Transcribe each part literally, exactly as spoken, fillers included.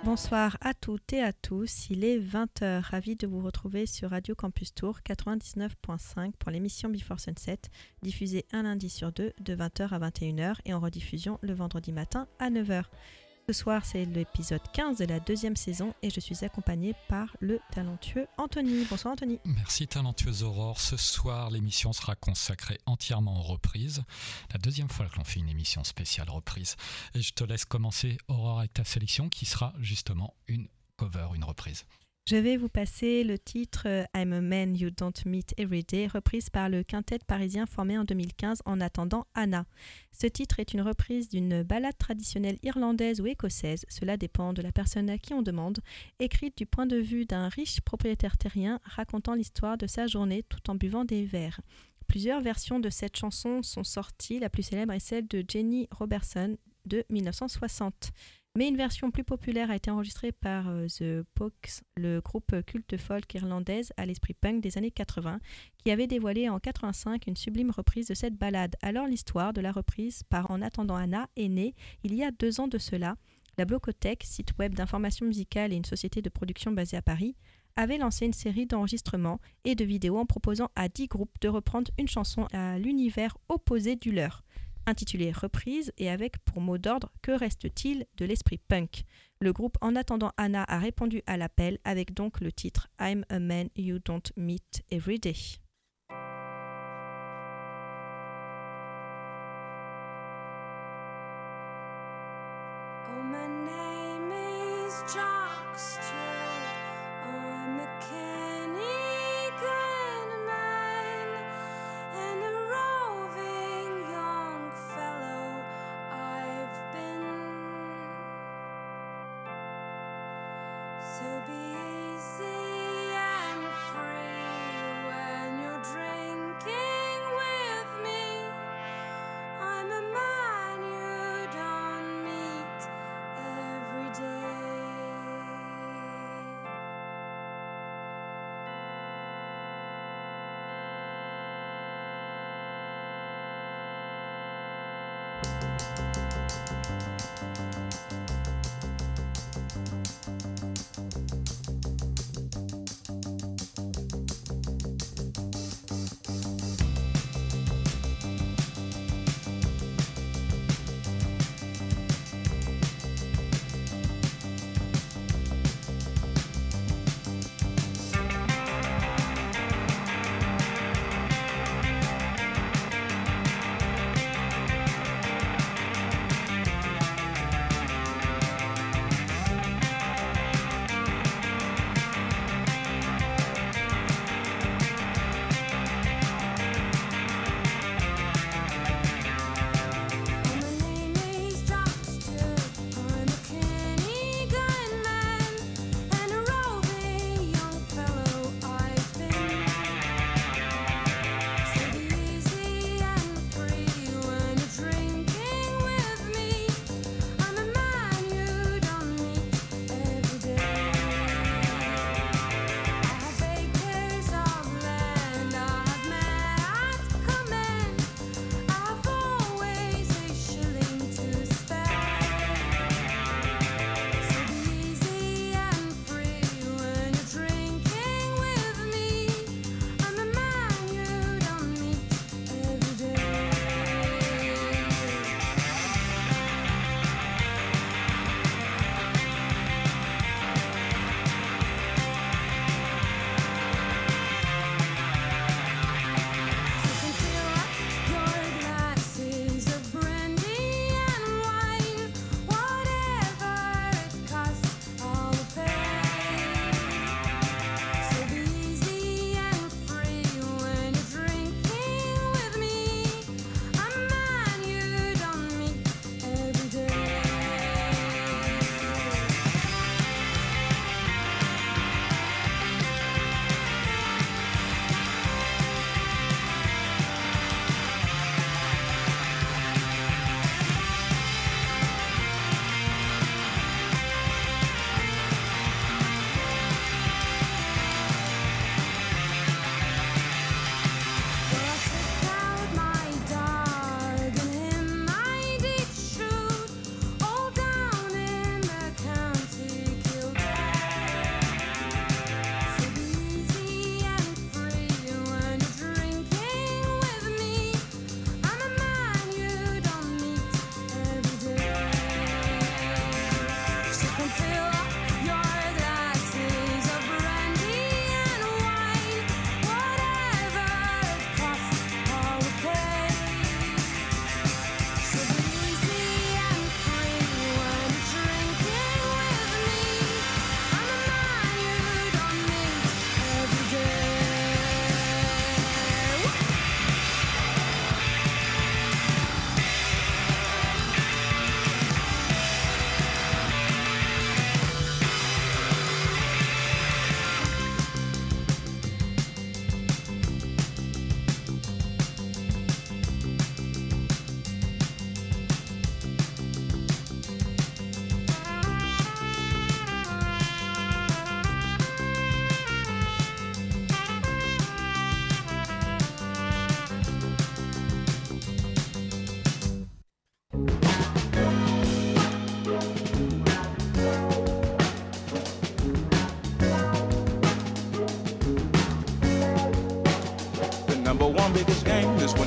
Bonsoir à toutes et à tous, il est vingt heures, ravi de vous retrouver sur Radio Campus Tour quatre-vingt-dix-neuf virgule cinq pour l'émission Before Sunset, diffusée un lundi sur deux de vingt heures à vingt et une heures et en rediffusion le vendredi matin à neuf heures. Ce soir, c'est l'épisode quinze de la deuxième saison et je suis accompagnée par le talentueux Anthony. Bonsoir Anthony. Merci talentueuse Aurore. Ce soir, l'émission sera consacrée entièrement aux reprises. La deuxième fois que l'on fait une émission spéciale reprise. Et je te laisse commencer Aurore avec ta sélection qui sera justement une cover, une reprise. Je vais vous passer le titre « I'm a man you don't meet every day » reprise par le quintet parisien formé en deux mille quinze en attendant Anna. Ce titre est une reprise d'une ballade traditionnelle irlandaise ou écossaise, cela dépend de la personne à qui on demande, écrite du point de vue d'un riche propriétaire terrien racontant l'histoire de sa journée tout en buvant des verres. Plusieurs versions de cette chanson sont sorties, la plus célèbre est celle de Jenny Robertson de dix-neuf cent soixante. Mais une version plus populaire a été enregistrée par euh, The Pogues, le groupe culte folk irlandaise à l'esprit punk des années quatre-vingts, qui avait dévoilé en quatre-vingt-cinq une sublime reprise de cette ballade. Alors l'histoire de la reprise par En attendant Anna est née il y a deux ans de cela. La Blocothèque, site web d'information musicale et une société de production basée à Paris, avait lancé une série d'enregistrements et de vidéos en proposant à dix groupes de reprendre une chanson à l'univers opposé du leur. Intitulé Reprise et avec pour mot d'ordre « Que reste-t-il de l'esprit punk ?» Le groupe En attendant Anna a répondu à l'appel avec donc le titre « I'm a man you don't meet every day ». Oh, my name is Jock Stewart. I'm a mechanic and a man and a roving young fellow I've been. So be easy and free when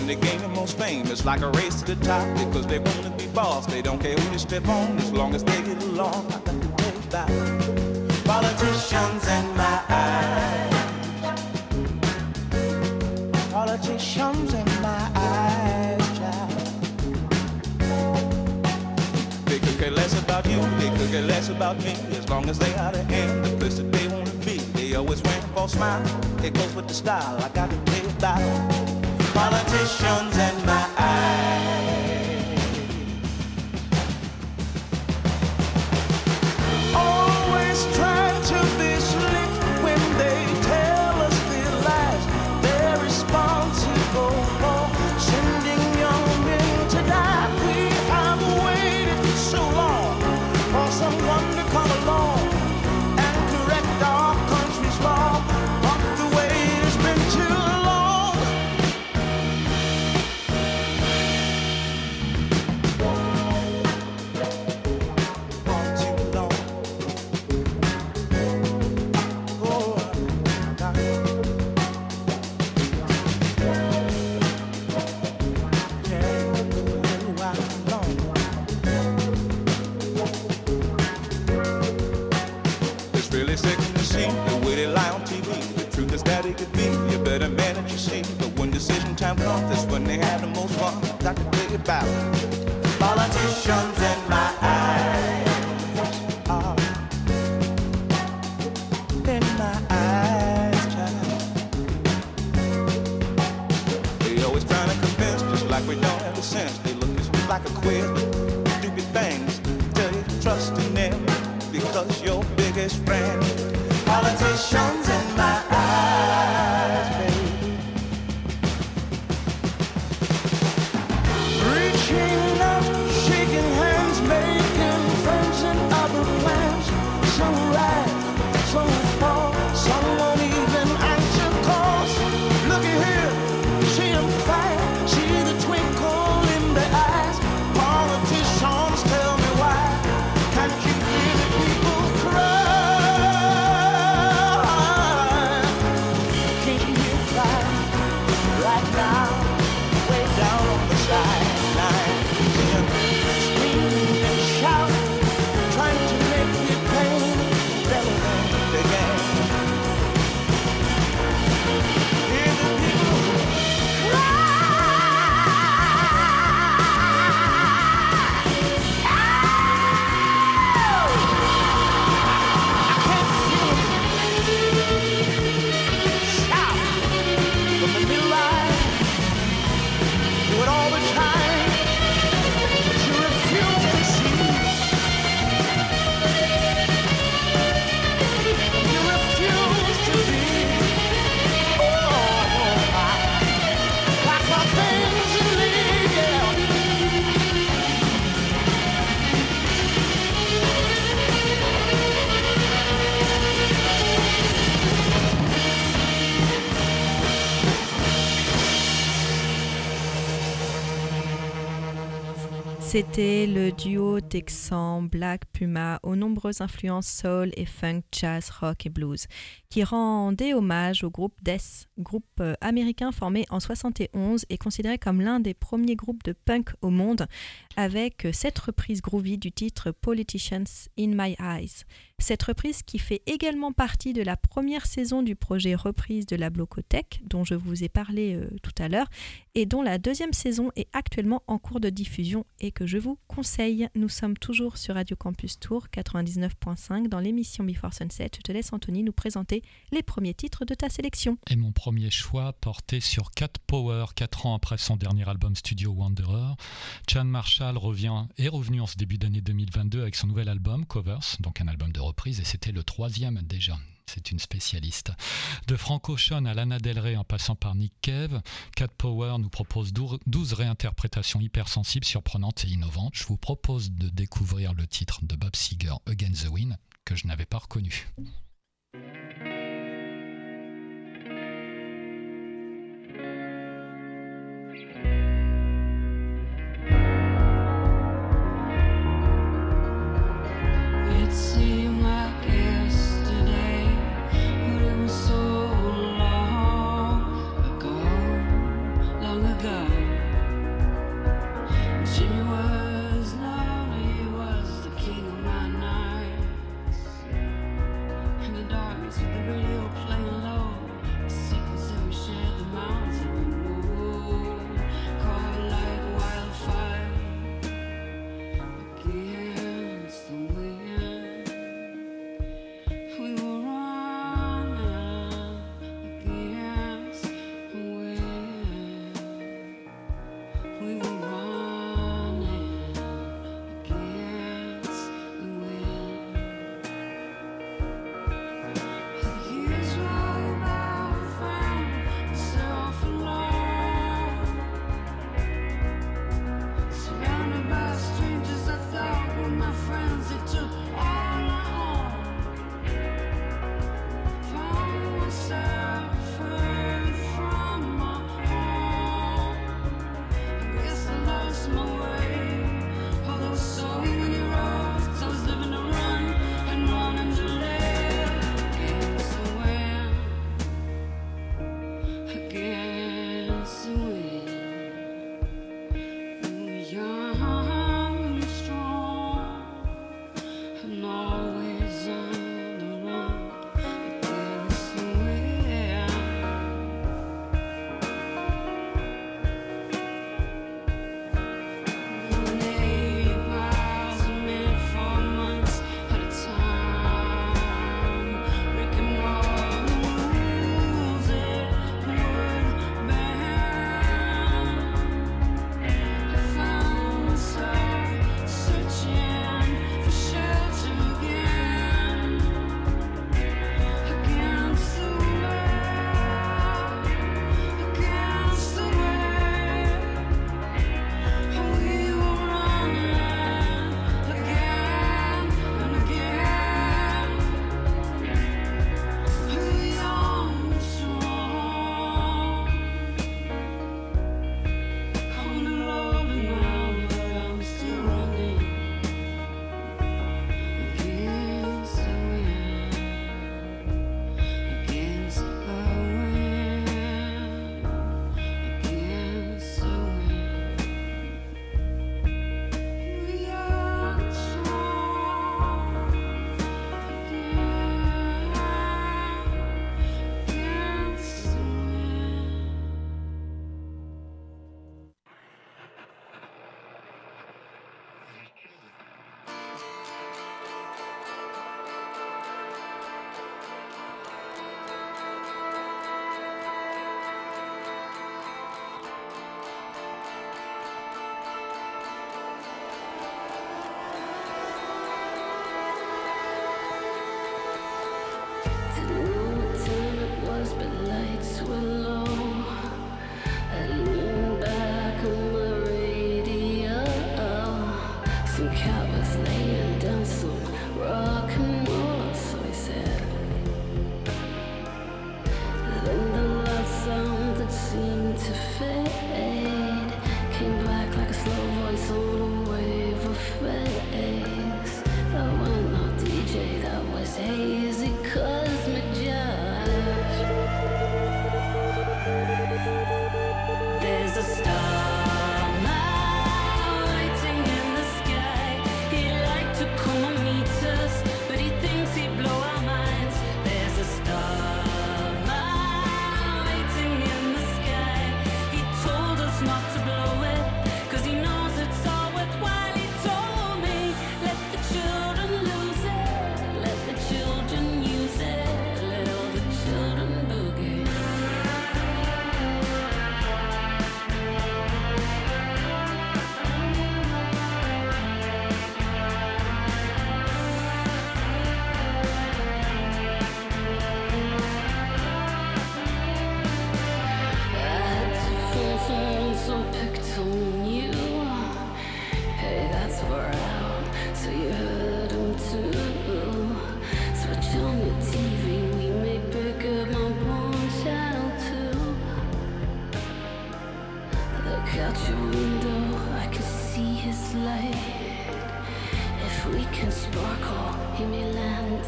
they gain the most fame. It's like a race to the top because they want to be boss. They don't care who they step on as long as they get along. I got to tell you about politicians in my eyes. Politicians in my eyes, child. They could care less about you, they could care less about me. As long as they are the end, the place that they want to be. They always wear a false smile, it goes with the style. I got to tell you about politicians in my eyes. Always trying to be slick when they tell us their lies. They're responsible for sending young men to die. We have waited so long for someone to come along and correct our country's law. But the wait has been too long. Far too long. Oh, God. Yeah, a little while long. It's really sickening to see the way they lie on T V. The truth is that it could be you better manage your seat. But when decision time comes, that's when they have the most fun. Got to tell you about politicians in my eyes. Ah, in my eyes, child. They always trying to convince, just like we don't have the sense. They look just like a quiz, but stupid things. Tell you to trust in them because your biggest friend. Politicians in my eyes, baby. Reaching out, shaking hands, making friends and other plans. Some ride, some fall, some won't even answer calls. Looky here, see them fight, see the twinkle in their eyes. Politicians, tell me why can't you hear the people cry? Can't you hear cry right now, way down on the sideline? Scream and shout, trying to make the pain better than the game. Hear the people from the middle line, do it all the time, but you refuse to see. You refuse to be. Oh, I pack my things and leave, yeah. C'était le duo texan Black Puma aux nombreuses influences soul et funk, jazz, rock et blues, qui rendait hommage au groupe Death, groupe euh, américain formé en soixante et onze et considéré comme l'un des premiers groupes de punk au monde, avec euh, cette reprise groovy du titre Politicians in My Eyes. Cette reprise qui fait également partie de la première saison du projet Reprise de la Blocothèque, dont je vous ai parlé euh, tout à l'heure, et dont la deuxième saison est actuellement en cours de diffusion et que je vous conseille. Nous sommes toujours sur Radio Campus Tour quatre-vingt-dix-neuf point cinq dans l'émission Before Sunset. Je te laisse, Anthony, nous présenter les premiers titres de ta sélection. Et mon premier choix portait sur Cat Power, quatre ans après son dernier album studio Wanderer. Chan Marshall revient, est revenu en ce début d'année deux mille vingt-deux avec son nouvel album Covers, donc un album de reprise, et c'était le troisième déjà. C'est une spécialiste. De Frank Ocean à Lana Del Rey en passant par Nick Cave, Cat Power nous propose douze réinterprétations hypersensibles, surprenantes et innovantes. Je vous propose de découvrir le titre de Bob Seger, Against the Wind, que je n'avais pas reconnu. It seemed like yesterday, but it was so long ago, long ago.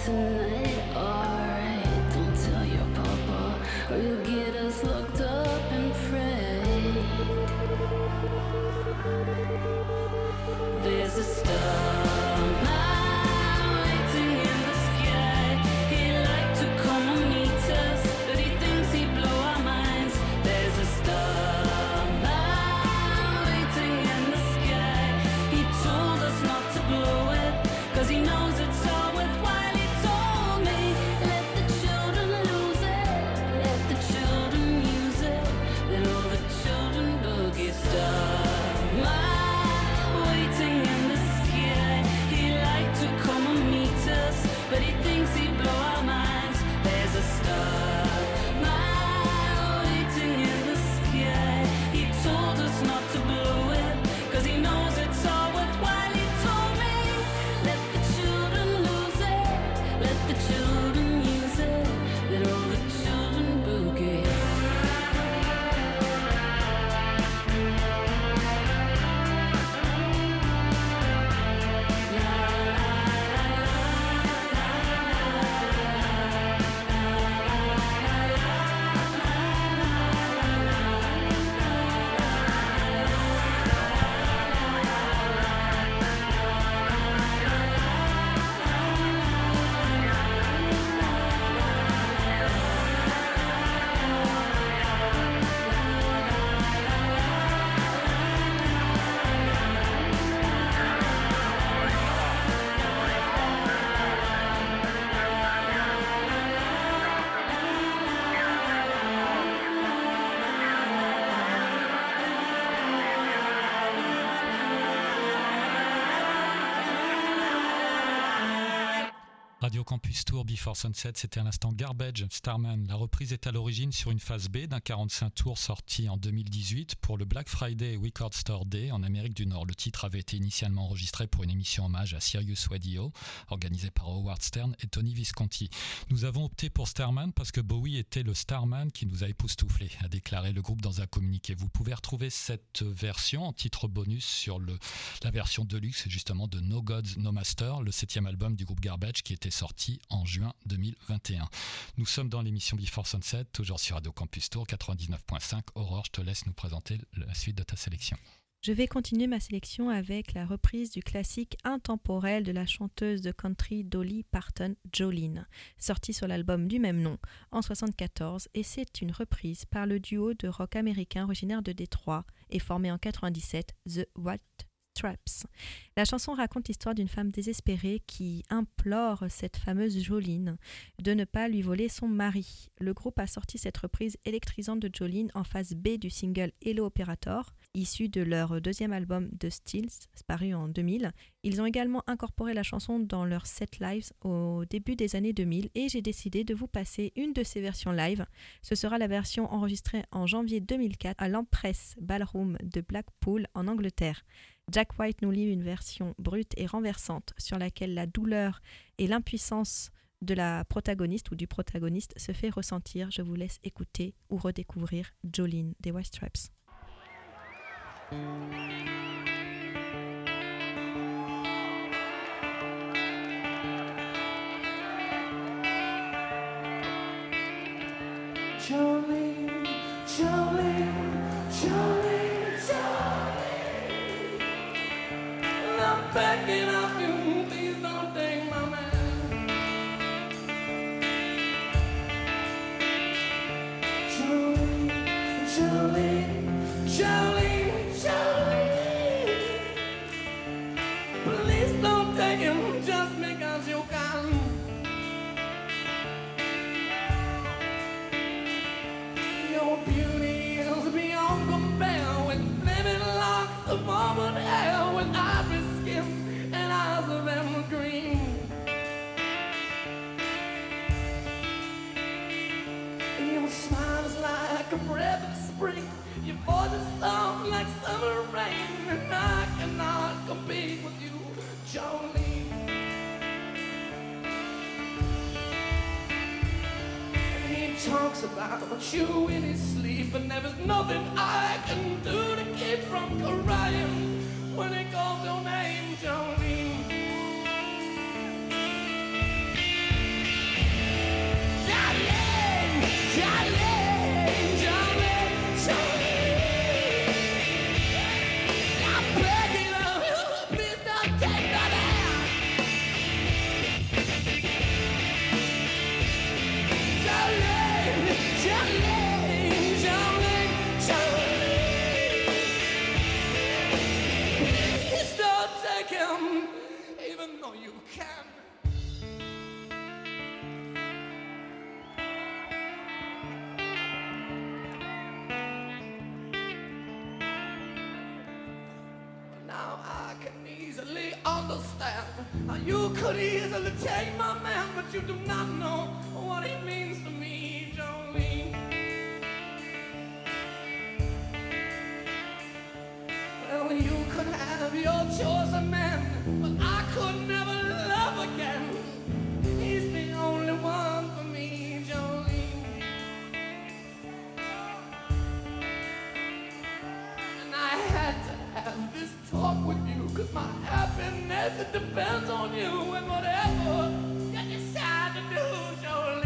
tonight, alright. Don't tell your papa, or you'll get us locked up and prayed. There's a star waiting in the sky. He'd like to come and meet us, but he thinks he'd blow our minds. There's a star waiting in the sky. He told us not to blow it, cause he knows it's all worthwhile. He told me, let the children lose it, let the children use it, let all the children boogie. Star waiting in the sky. He'd like to come and meet us, but he thinks he'd blow our minds. There's a star waiting in the sky. He told us not to blow it, cause he knows it's all worthwhile. He told me, let the children lose it, let the children use it, let all the children boogie. Radio Campus Tour, Before Sunset, c'était à l'instant Garbage, Starman. La reprise est à l'origine sur une phase B d'un quarante-cinq tours sorti en deux mille dix-huit pour le Black Friday Record Store Day en Amérique du Nord. Le titre avait été initialement enregistré pour une émission hommage à Sirius Radio, organisée par Howard Stern et Tony Visconti. Nous avons opté pour Starman parce que Bowie était le Starman qui nous a époustouflés, a déclaré le groupe dans un communiqué. Vous pouvez retrouver cette version en titre bonus sur le, la version deluxe justement de No Gods, No Master, le septième album du groupe Garbage qui était sorti en juin deux mille vingt et un. Nous sommes dans l'émission Before Sunset, toujours sur Radio Campus Tour quatre-vingt-dix-neuf virgule cinq. Aurore, je te laisse nous présenter la suite de ta sélection. Je vais continuer ma sélection avec la reprise du classique intemporel de la chanteuse de country Dolly Parton, Jolene, sorti sur l'album du même nom en soixante-quatorze, et c'est une reprise par le duo de rock américain originaire de Détroit et formé en quatre-vingt-dix-sept, The White Stripes. La chanson raconte l'histoire d'une femme désespérée qui implore cette fameuse Jolene de ne pas lui voler son mari. Le groupe a sorti cette reprise électrisante de Jolene en phase B du single Hello Operator, issu de leur deuxième album The Stills, paru en deux mille. Ils ont également incorporé la chanson dans leur set live au début des années deux mille et j'ai décidé de vous passer une de ces versions live. Ce sera la version enregistrée en janvier deux mille quatre à l'Empress Ballroom de Blackpool en Angleterre. Jack White nous livre une version brute et renversante sur laquelle la douleur et l'impuissance de la protagoniste ou du protagoniste se fait ressentir. Je vous laisse écouter ou redécouvrir Jolene des White Stripes. Jolene, Jolene, Jolene, Jolene. I'm backing up you, please don't take my man. Jolene, Jolene, Jolene, Jolene. Please don't take him just because you can. Your beauty is beyond compare with living locks of auburn hair, with ivory skin and eyes of emerald green. Your smile is like a breath of spring, your voice is soft like summer rain, and I cannot compete with you, Jolene. He talks about you in his sleep, and there is nothing I can do to keep from crying when he calls your name, Jolene. even know you can. Now I can easily understand how you could easily take my man, but you do not know what he means to me, Jolene. Well, you could have your chosen man, but I could never love again. He's the only one for me, Jolene. And I had to have this talk with you, cause my happiness, it depends on you, and whatever you decide to do, Jolene.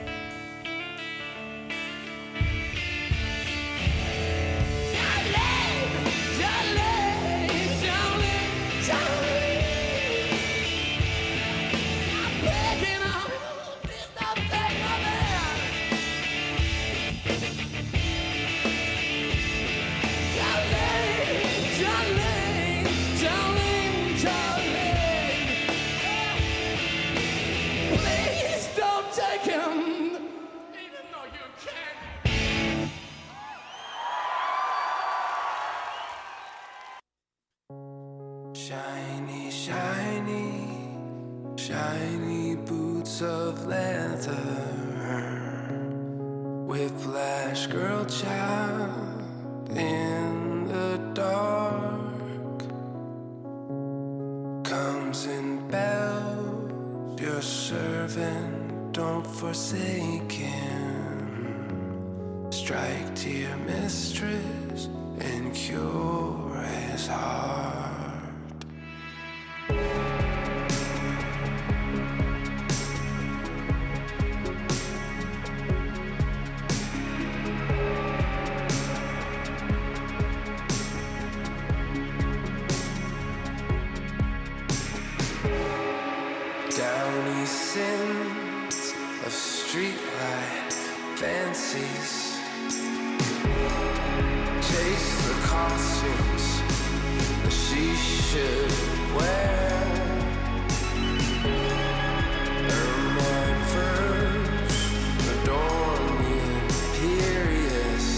Shiny, shiny, shiny boots of leather, whiplash girl child in the dark, comes in bells, your servant, don't forsake him, strike to your mistress and cure his heart. Downy sins of streetlight fancies, chase the costumes that she should wear. Ermine verbs adorn the imperious.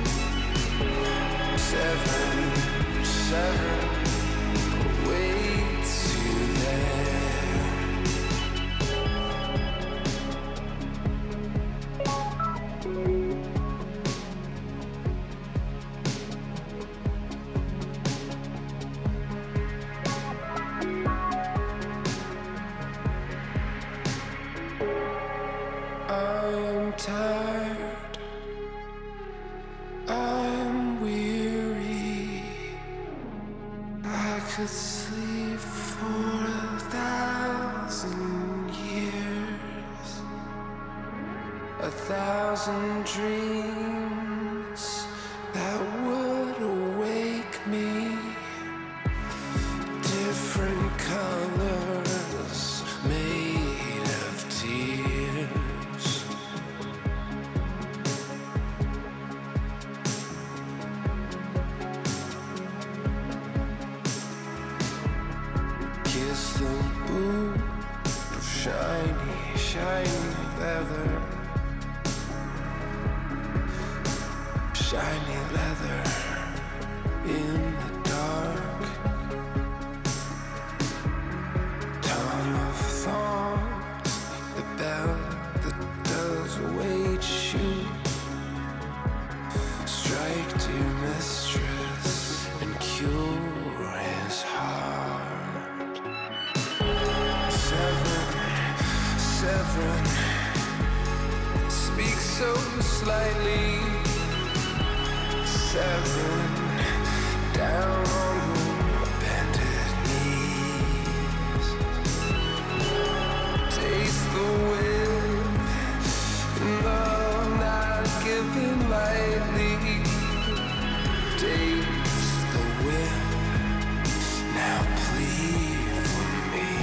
Seven, seven awaits you there. I'm tired, I'm weary, I could sleep for a thousand years, a thousand dreams that would awake me, different colors made of tears. Kiss the boot of shiny, shiny leather, shiny leather in the dark. Tongue of thorns, the bell that does await you. Strike to your mistress and cure his heart. Seven, seven, speak so slightly. Seven, down on your bended knees. Taste the wind in love not given lightly. Taste the wind, now plead for me.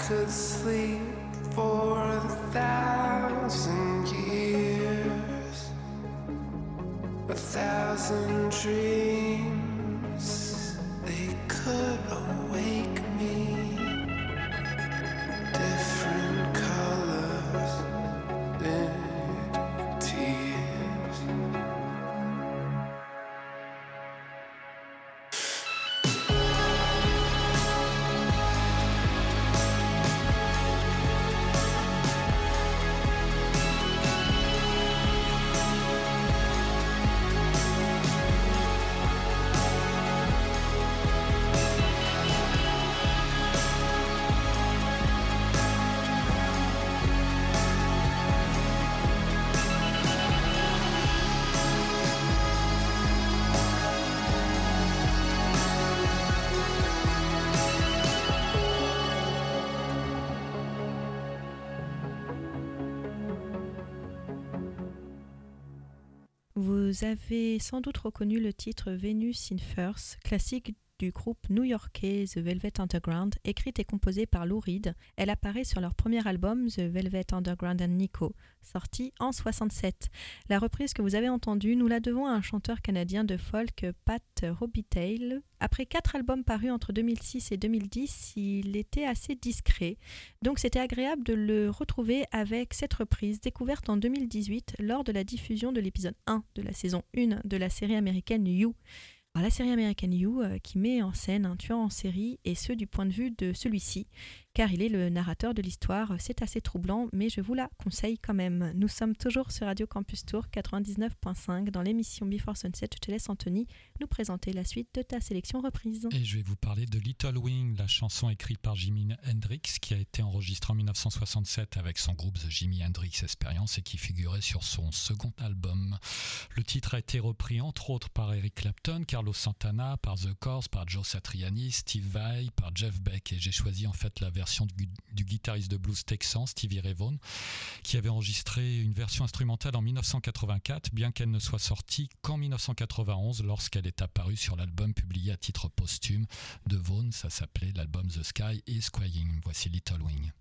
could sleep for a thousand years, a thousand dreams, they could awake me. Different colors in tears. Vous avez sans doute reconnu le titre Venus in Furs, classique du groupe new-yorkais The Velvet Underground, écrite et composée par Lou Reed. Elle apparaît sur leur premier album The Velvet Underground and Nico, sorti en soixante-sept. La reprise que vous avez entendue, nous la devons à un chanteur canadien de folk, Pat Robitaille. Après quatre albums parus entre deux mille six et deux mille dix, il était assez discret, donc c'était agréable de le retrouver avec cette reprise découverte en deux mille dix-huit lors de la diffusion de l'épisode un de la saison un de la série américaine You. Alors, la série américaine You euh, qui met en scène un tueur en série, et ce du point de vue de celui-ci, car il est le narrateur de l'histoire. C'est assez troublant, mais je vous la conseille quand même. Nous sommes toujours sur Radio Campus Tour quatre-vingt-dix-neuf point cinq dans l'émission Before Sunset. Je te laisse, Anthony, nous présenter la suite de ta sélection reprise. Et je vais vous parler de Little Wing, la chanson écrite par Jimi Hendrix, qui a été enregistrée en dix-neuf cent soixante-sept avec son groupe The Jimi Hendrix Experience et qui figurait sur son second album. Le titre a été repris entre autres par Eric Clapton, Carlos Santana, par The Corrs, par Joe Satriani, Steve Vai, par Jeff Beck, et j'ai choisi en fait la version du, du guitariste de blues texan Stevie Ray Vaughan, qui avait enregistré une version instrumentale en dix-neuf cent quatre-vingt-quatre, bien qu'elle ne soit sortie qu'en dix-neuf cent quatre-vingt-onze lorsqu'elle est apparue sur l'album publié à titre posthume de Vaughan. Ça s'appelait l'album The Sky is Crying. Voici Little Wing.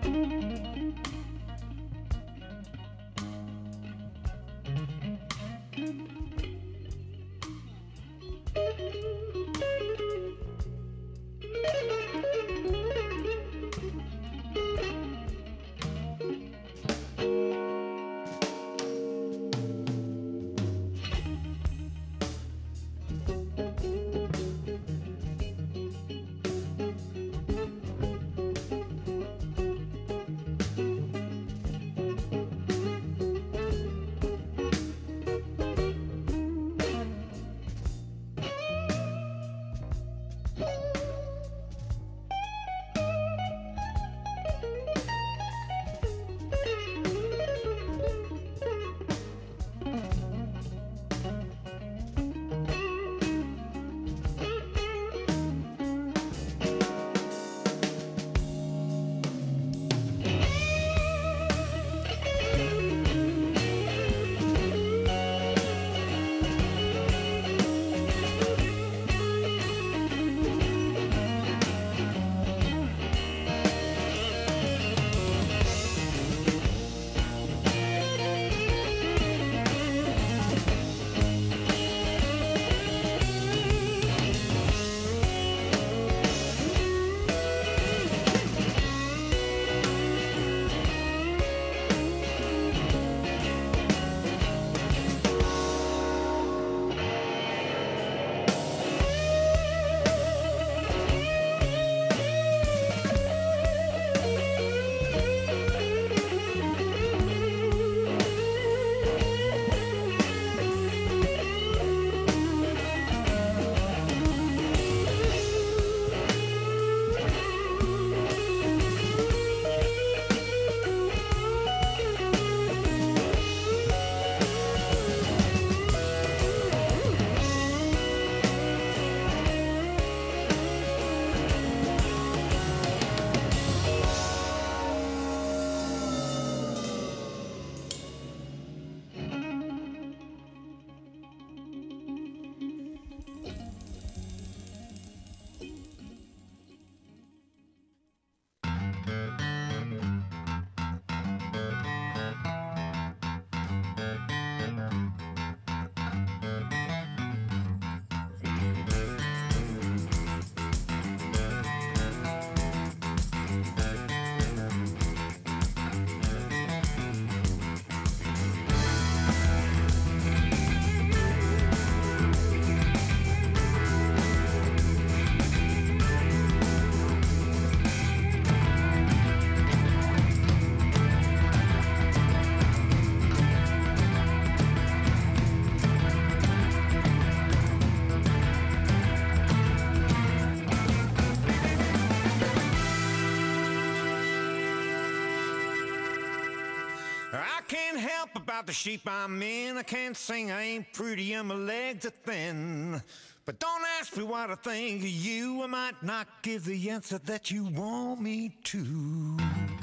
about the sheep I'm in. I can't sing, I ain't pretty, and my legs are thin. But don't ask me what I think of you. I might not give the answer that you want me to.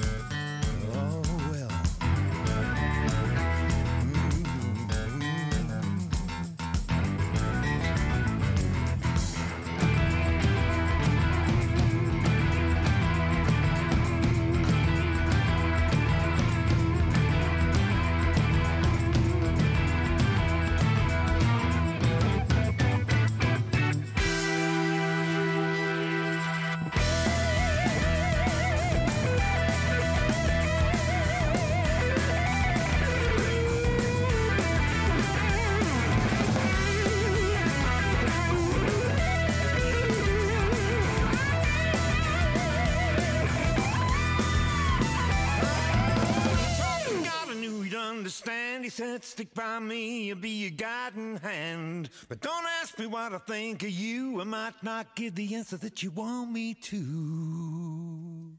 Oh, well. He said, stick by me, I'll be your guiding hand. But don't ask me what I think of you. I might not give the answer that you want me to.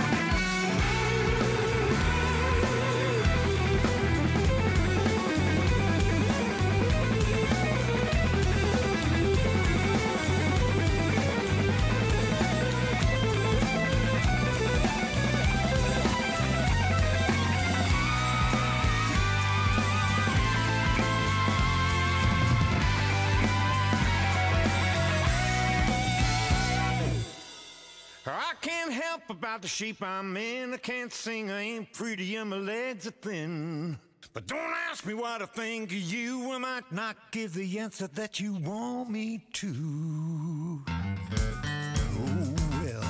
Well, I can't help about the shape I'm in. I can't sing, I ain't pretty, and my legs are thin. But don't ask me what I think of you. I might not give the answer that you want me to. Oh, well.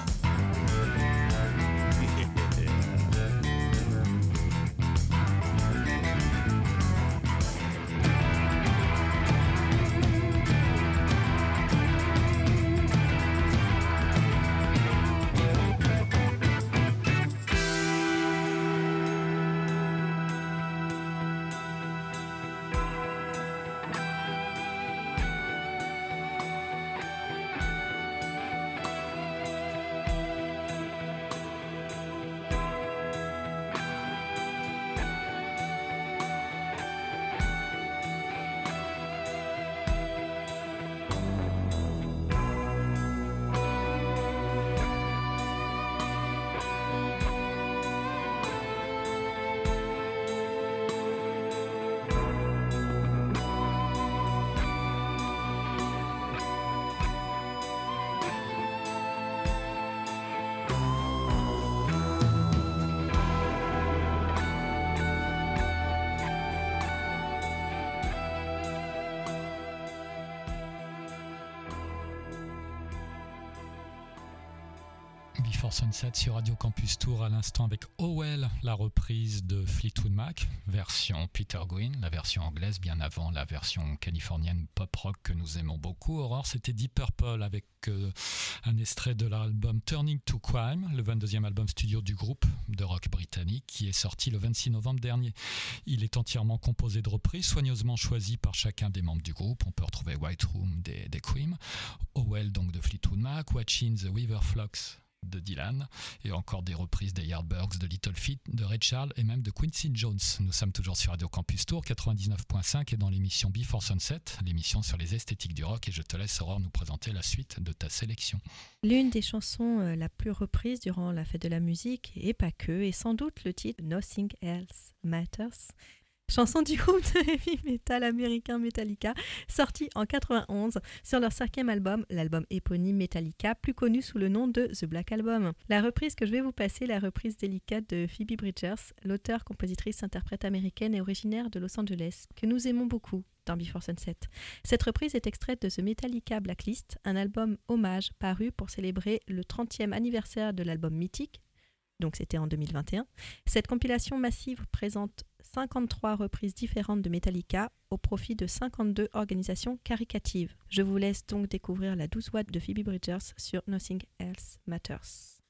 Before Sunset sur Radio Campus Tour à l'instant avec Oh Well, la reprise de Fleetwood Mac, version Peter Green, la version anglaise bien avant la version californienne pop-rock que nous aimons beaucoup. Aurore, c'était Deep Purple avec euh, un extrait de l'album Turning to Crime, le vingt-deuxième album studio du groupe de rock britannique qui est sorti le vingt-six novembre dernier. Il est entièrement composé de reprises soigneusement choisies par chacun des membres du groupe. On peut retrouver White Room des, des Cream, Oh Well donc de Fleetwood Mac, Watching the Weaver Flocks de Dylan et encore des reprises des Yardbirds, de Little Feat, de Ray Charles et même de Quincy Jones. Nous sommes toujours sur Radio Campus Tour quatre-vingt-dix-neuf virgule cinq et dans l'émission Before Sunset, l'émission sur les esthétiques du rock, et je te laisse Aurore nous présenter la suite de ta sélection. L'une des chansons euh, la plus reprise durant la fête de la musique et pas que, et sans doute le titre Nothing Else Matters, chanson du groupe de heavy metal américain Metallica, sorti en quatre-vingt-onze sur leur cinquième album, l'album éponyme Metallica, plus connu sous le nom de The Black Album. La reprise que je vais vous passer, la reprise délicate de Phoebe Bridgers, l'auteure, compositrice, interprète américaine et originaire de Los Angeles, que nous aimons beaucoup dans Before Sunset. Cette reprise est extraite de The Metallica Blacklist, un album hommage paru pour célébrer le trentième anniversaire de l'album mythique, donc c'était en deux mille vingt et un. Cette compilation massive présente cinquante-trois reprises différentes de Metallica au profit de cinquante-deux organisations caricatives. Je vous laisse donc découvrir la douze watts de Phoebe Bridgers sur Nothing Else Matters.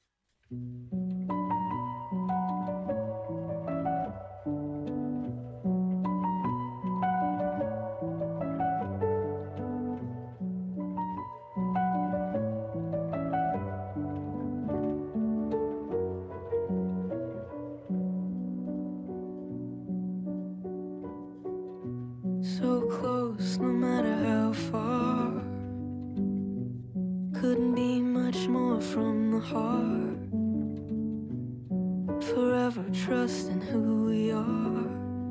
So close, no matter how far. Couldn't be much more from the heart. Forever trusting who we are,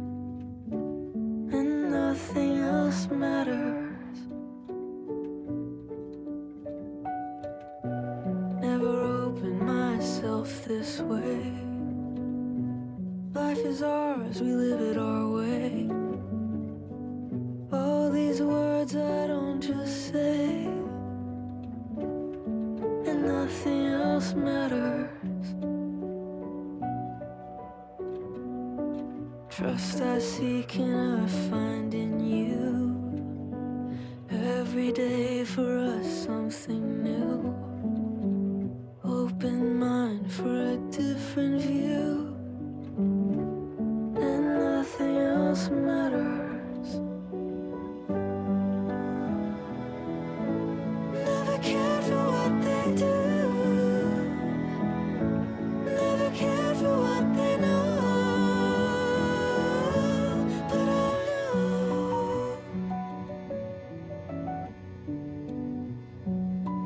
and nothing else matters. Never opened myself this way. Life is ours, we live it our way. All these words I don't just say, and nothing else matters. Trust I seek and I find in you. Every day for us something new. Open mind for a different view, and nothing else matters. Never cared for what they do, never cared for what they know, but I know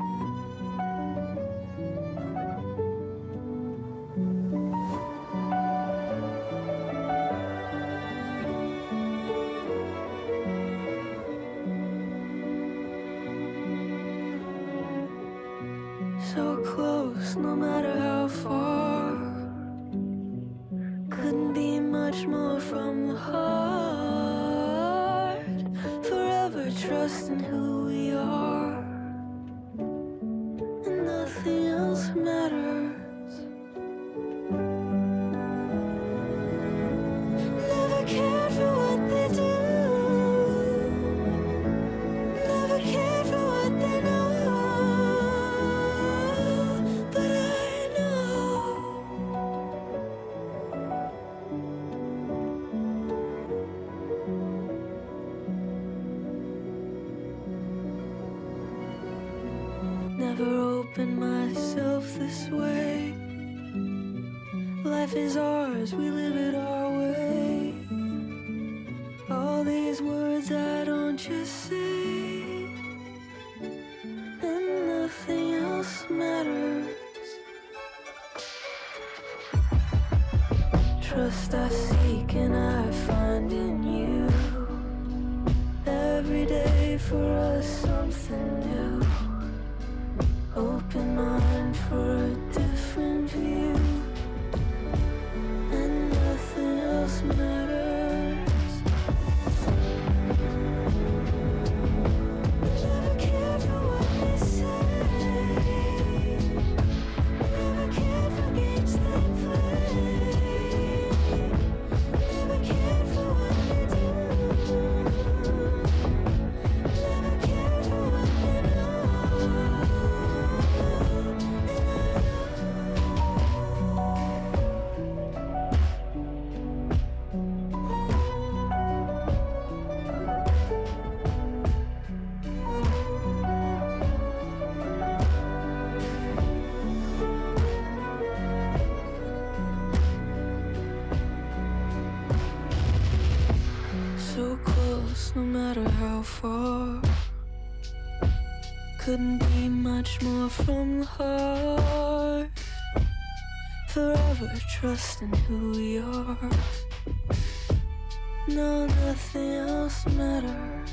close, no matter how far. Couldn't be much more from the heart. Forever trusting who we are, and nothing else matters. Never cared for what they do. Never cared for what they know. But I know never opened myself this way. Life is ours, we live it our way. All these words I don't just say, and nothing else matters. Trust I seek and I find in you. Every day for us something new. Open mind for a different view, and nothing else matters. Never cared for what they say. Never cared for games they play. Never cared for what they do. Never cared for what they know. So close, no matter how far. Couldn't be much more from the heart. Forever trusting who we are. No, nothing else matters.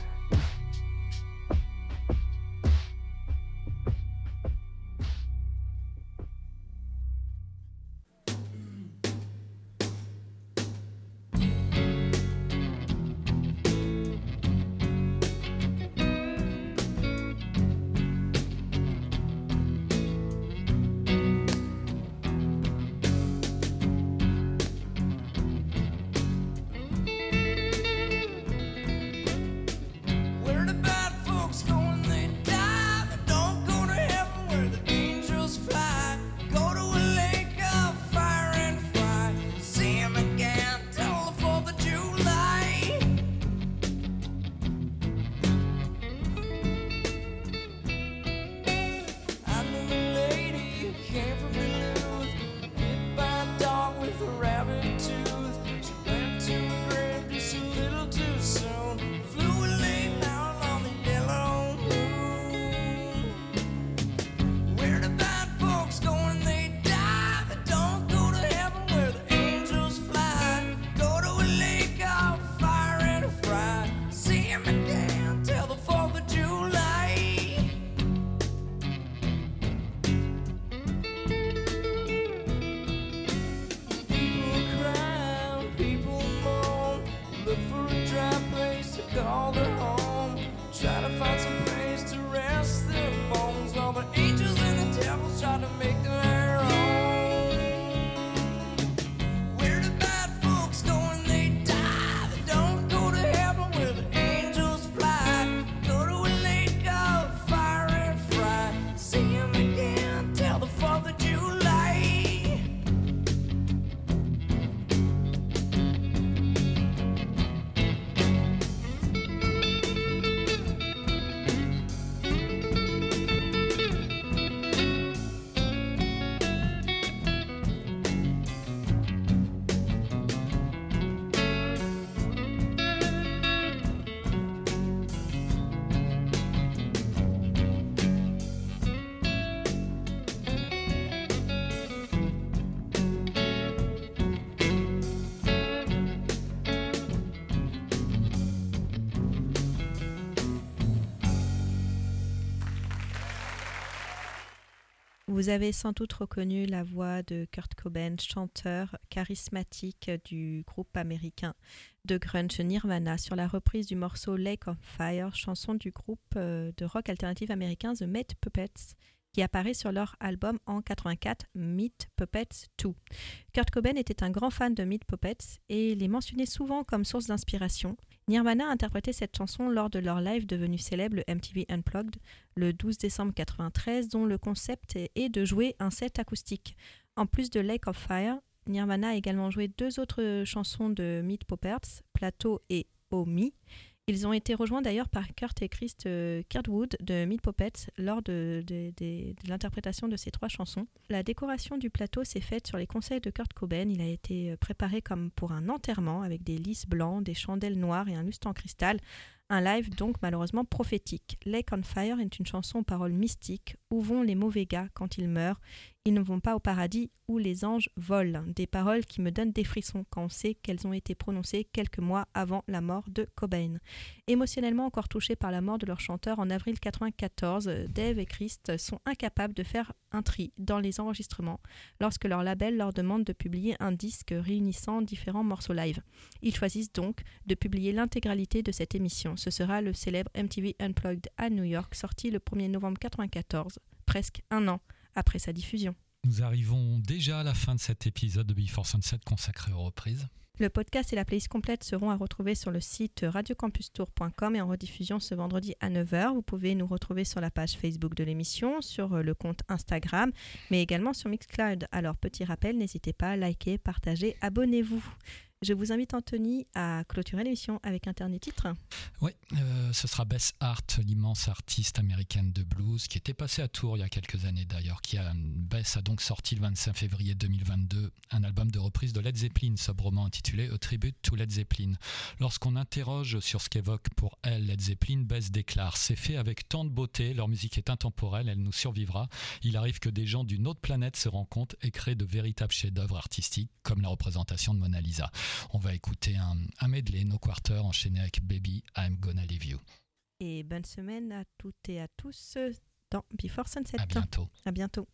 Vous avez sans doute reconnu la voix de Kurt Cobain, chanteur charismatique du groupe américain de grunge Nirvana, sur la reprise du morceau Lake of Fire, chanson du groupe de rock alternatif américain The Meat Puppets, qui apparaît sur leur album en quatre-vingt-quatre, Meat Puppets deux. Kurt Cobain était un grand fan de Meat Puppets et les mentionnait souvent comme source d'inspiration. Nirvana a interprété cette chanson lors de leur live devenu célèbre, le M T V Unplugged, le douze décembre quatre-vingt-treize, dont le concept est de jouer un set acoustique. En plus de Lake of Fire, Nirvana a également joué deux autres chansons de Meat Puppets, Plateau et Oh Me. Ils ont été rejoints d'ailleurs par Kurt et Chris Kirkwood de Meat Puppets lors de, de, de, de l'interprétation de ces trois chansons. La décoration du plateau s'est faite sur les conseils de Kurt Cobain. Il a été préparé comme pour un enterrement avec des lys blancs, des chandelles noires et un lustre en cristal. Un live donc malheureusement prophétique. Lake on Fire est une chanson aux paroles mystiques. Où vont les mauvais gars quand ils meurent? Ils ne vont pas au paradis où les anges volent. Des paroles qui me donnent des frissons quand on sait qu'elles ont été prononcées quelques mois avant la mort de Cobain. Émotionnellement encore touchés par la mort de leur chanteur en avril quatre-vingt-quatorze, Dave et Chris sont incapables de faire un tri dans les enregistrements lorsque leur label leur demande de publier un disque réunissant différents morceaux live. Ils choisissent donc de publier l'intégralité de cette émission. Ce sera le célèbre M T V Unplugged à New York, sorti le premier novembre quatre-vingt-quatorze, presque un an après sa diffusion. Nous arrivons déjà à la fin de cet épisode de Before Sunset consacré aux reprises. Le podcast et la playlist complète seront à retrouver sur le site radio campus tour point com et en rediffusion ce vendredi à neuf heures. Vous pouvez nous retrouver sur la page Facebook de l'émission, sur le compte Instagram, mais également sur Mixcloud. Alors, petit rappel, n'hésitez pas à liker, partager, abonnez-vous. Je vous invite, Anthony, à clôturer l'émission avec un dernier titre. Oui, euh, ce sera Bess Hart, l'immense artiste américaine de blues, qui était passée à Tours il y a quelques années d'ailleurs. Qui a, Bess a donc sorti le vingt-cinq février deux mille vingt-deux un album de reprise de Led Zeppelin, sobrement intitulé A Tribute to Led Zeppelin. Lorsqu'on interroge sur ce qu'évoque pour elle Led Zeppelin, Bess déclare « C'est fait avec tant de beauté, leur musique est intemporelle, elle nous survivra. Il arrive que des gens d'une autre planète se rencontrent et créent de véritables chefs-d'œuvre artistiques, comme la représentation de Mona Lisa. » On va écouter un, un medley, No Quarter, enchaîné avec Baby, I'm Gonna Leave You. Et bonne semaine à toutes et à tous dans Before Sunset. À bientôt. À bientôt.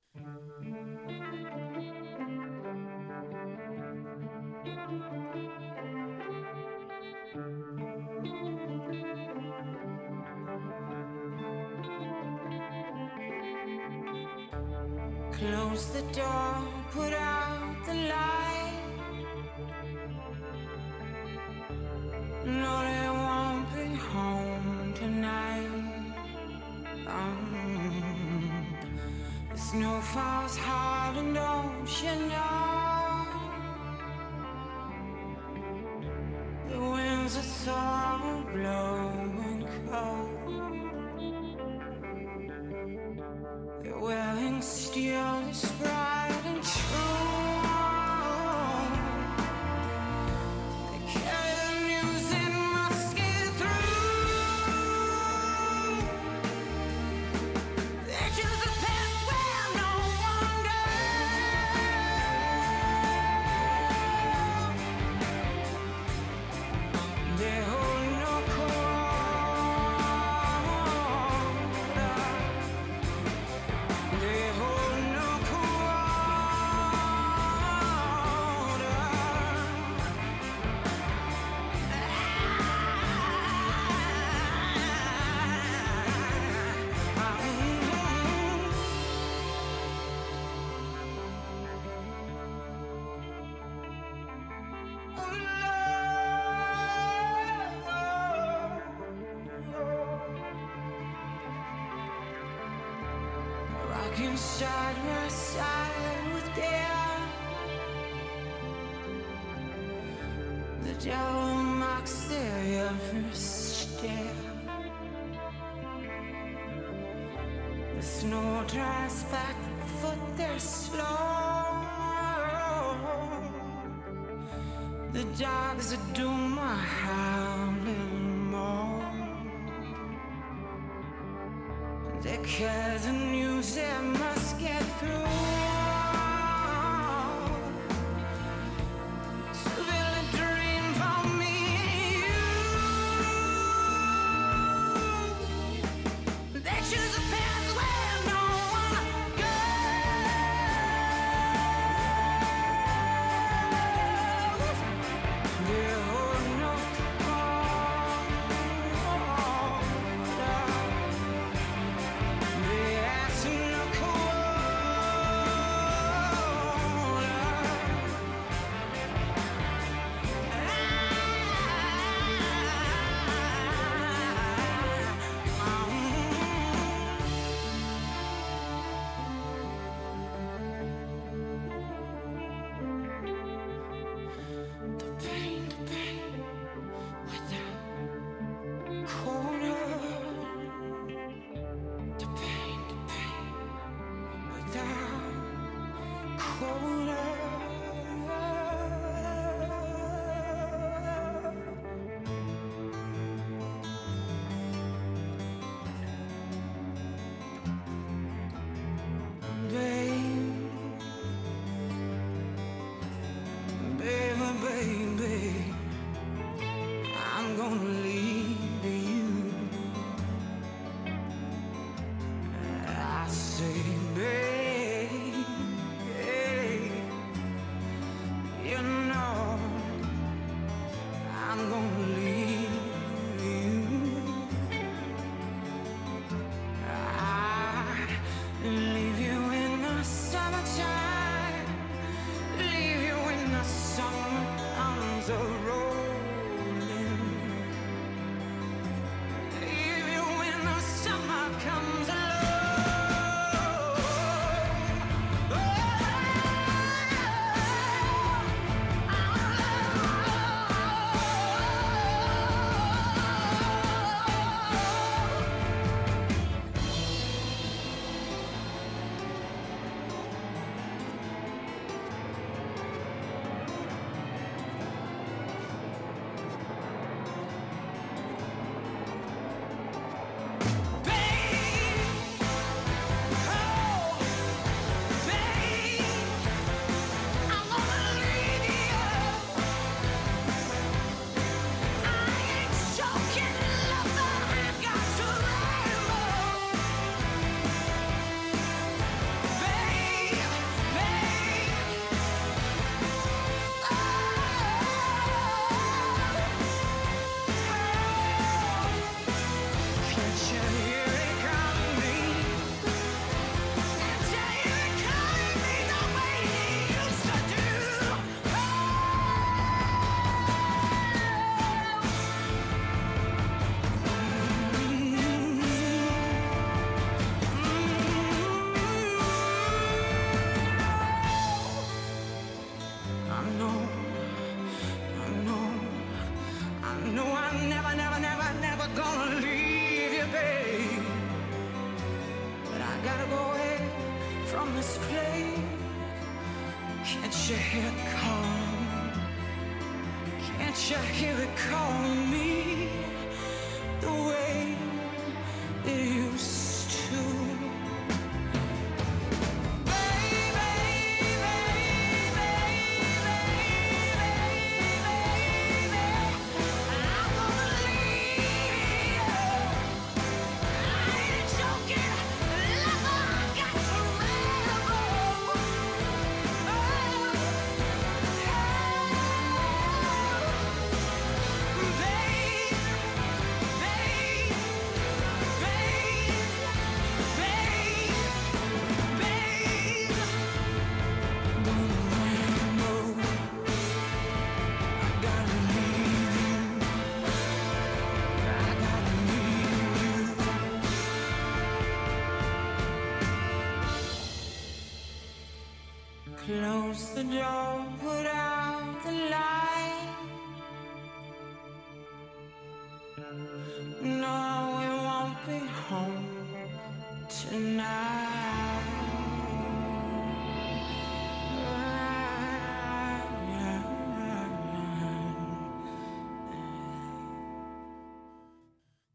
Close the door, put out the light. No, they won't be home tonight. Um, the snow falls hard and don't you know? The winds are so blowing cold. They're wearing steel is bright and true. Rocking side by side with death. The devil mocks their every step. The snow drives back, foot they're slow. The dogs are doom are howling more. They care the news they must get through. To build a dream for me and you. They choose a path where no one goes. Close the door, put out the light. No, we won't be home tonight.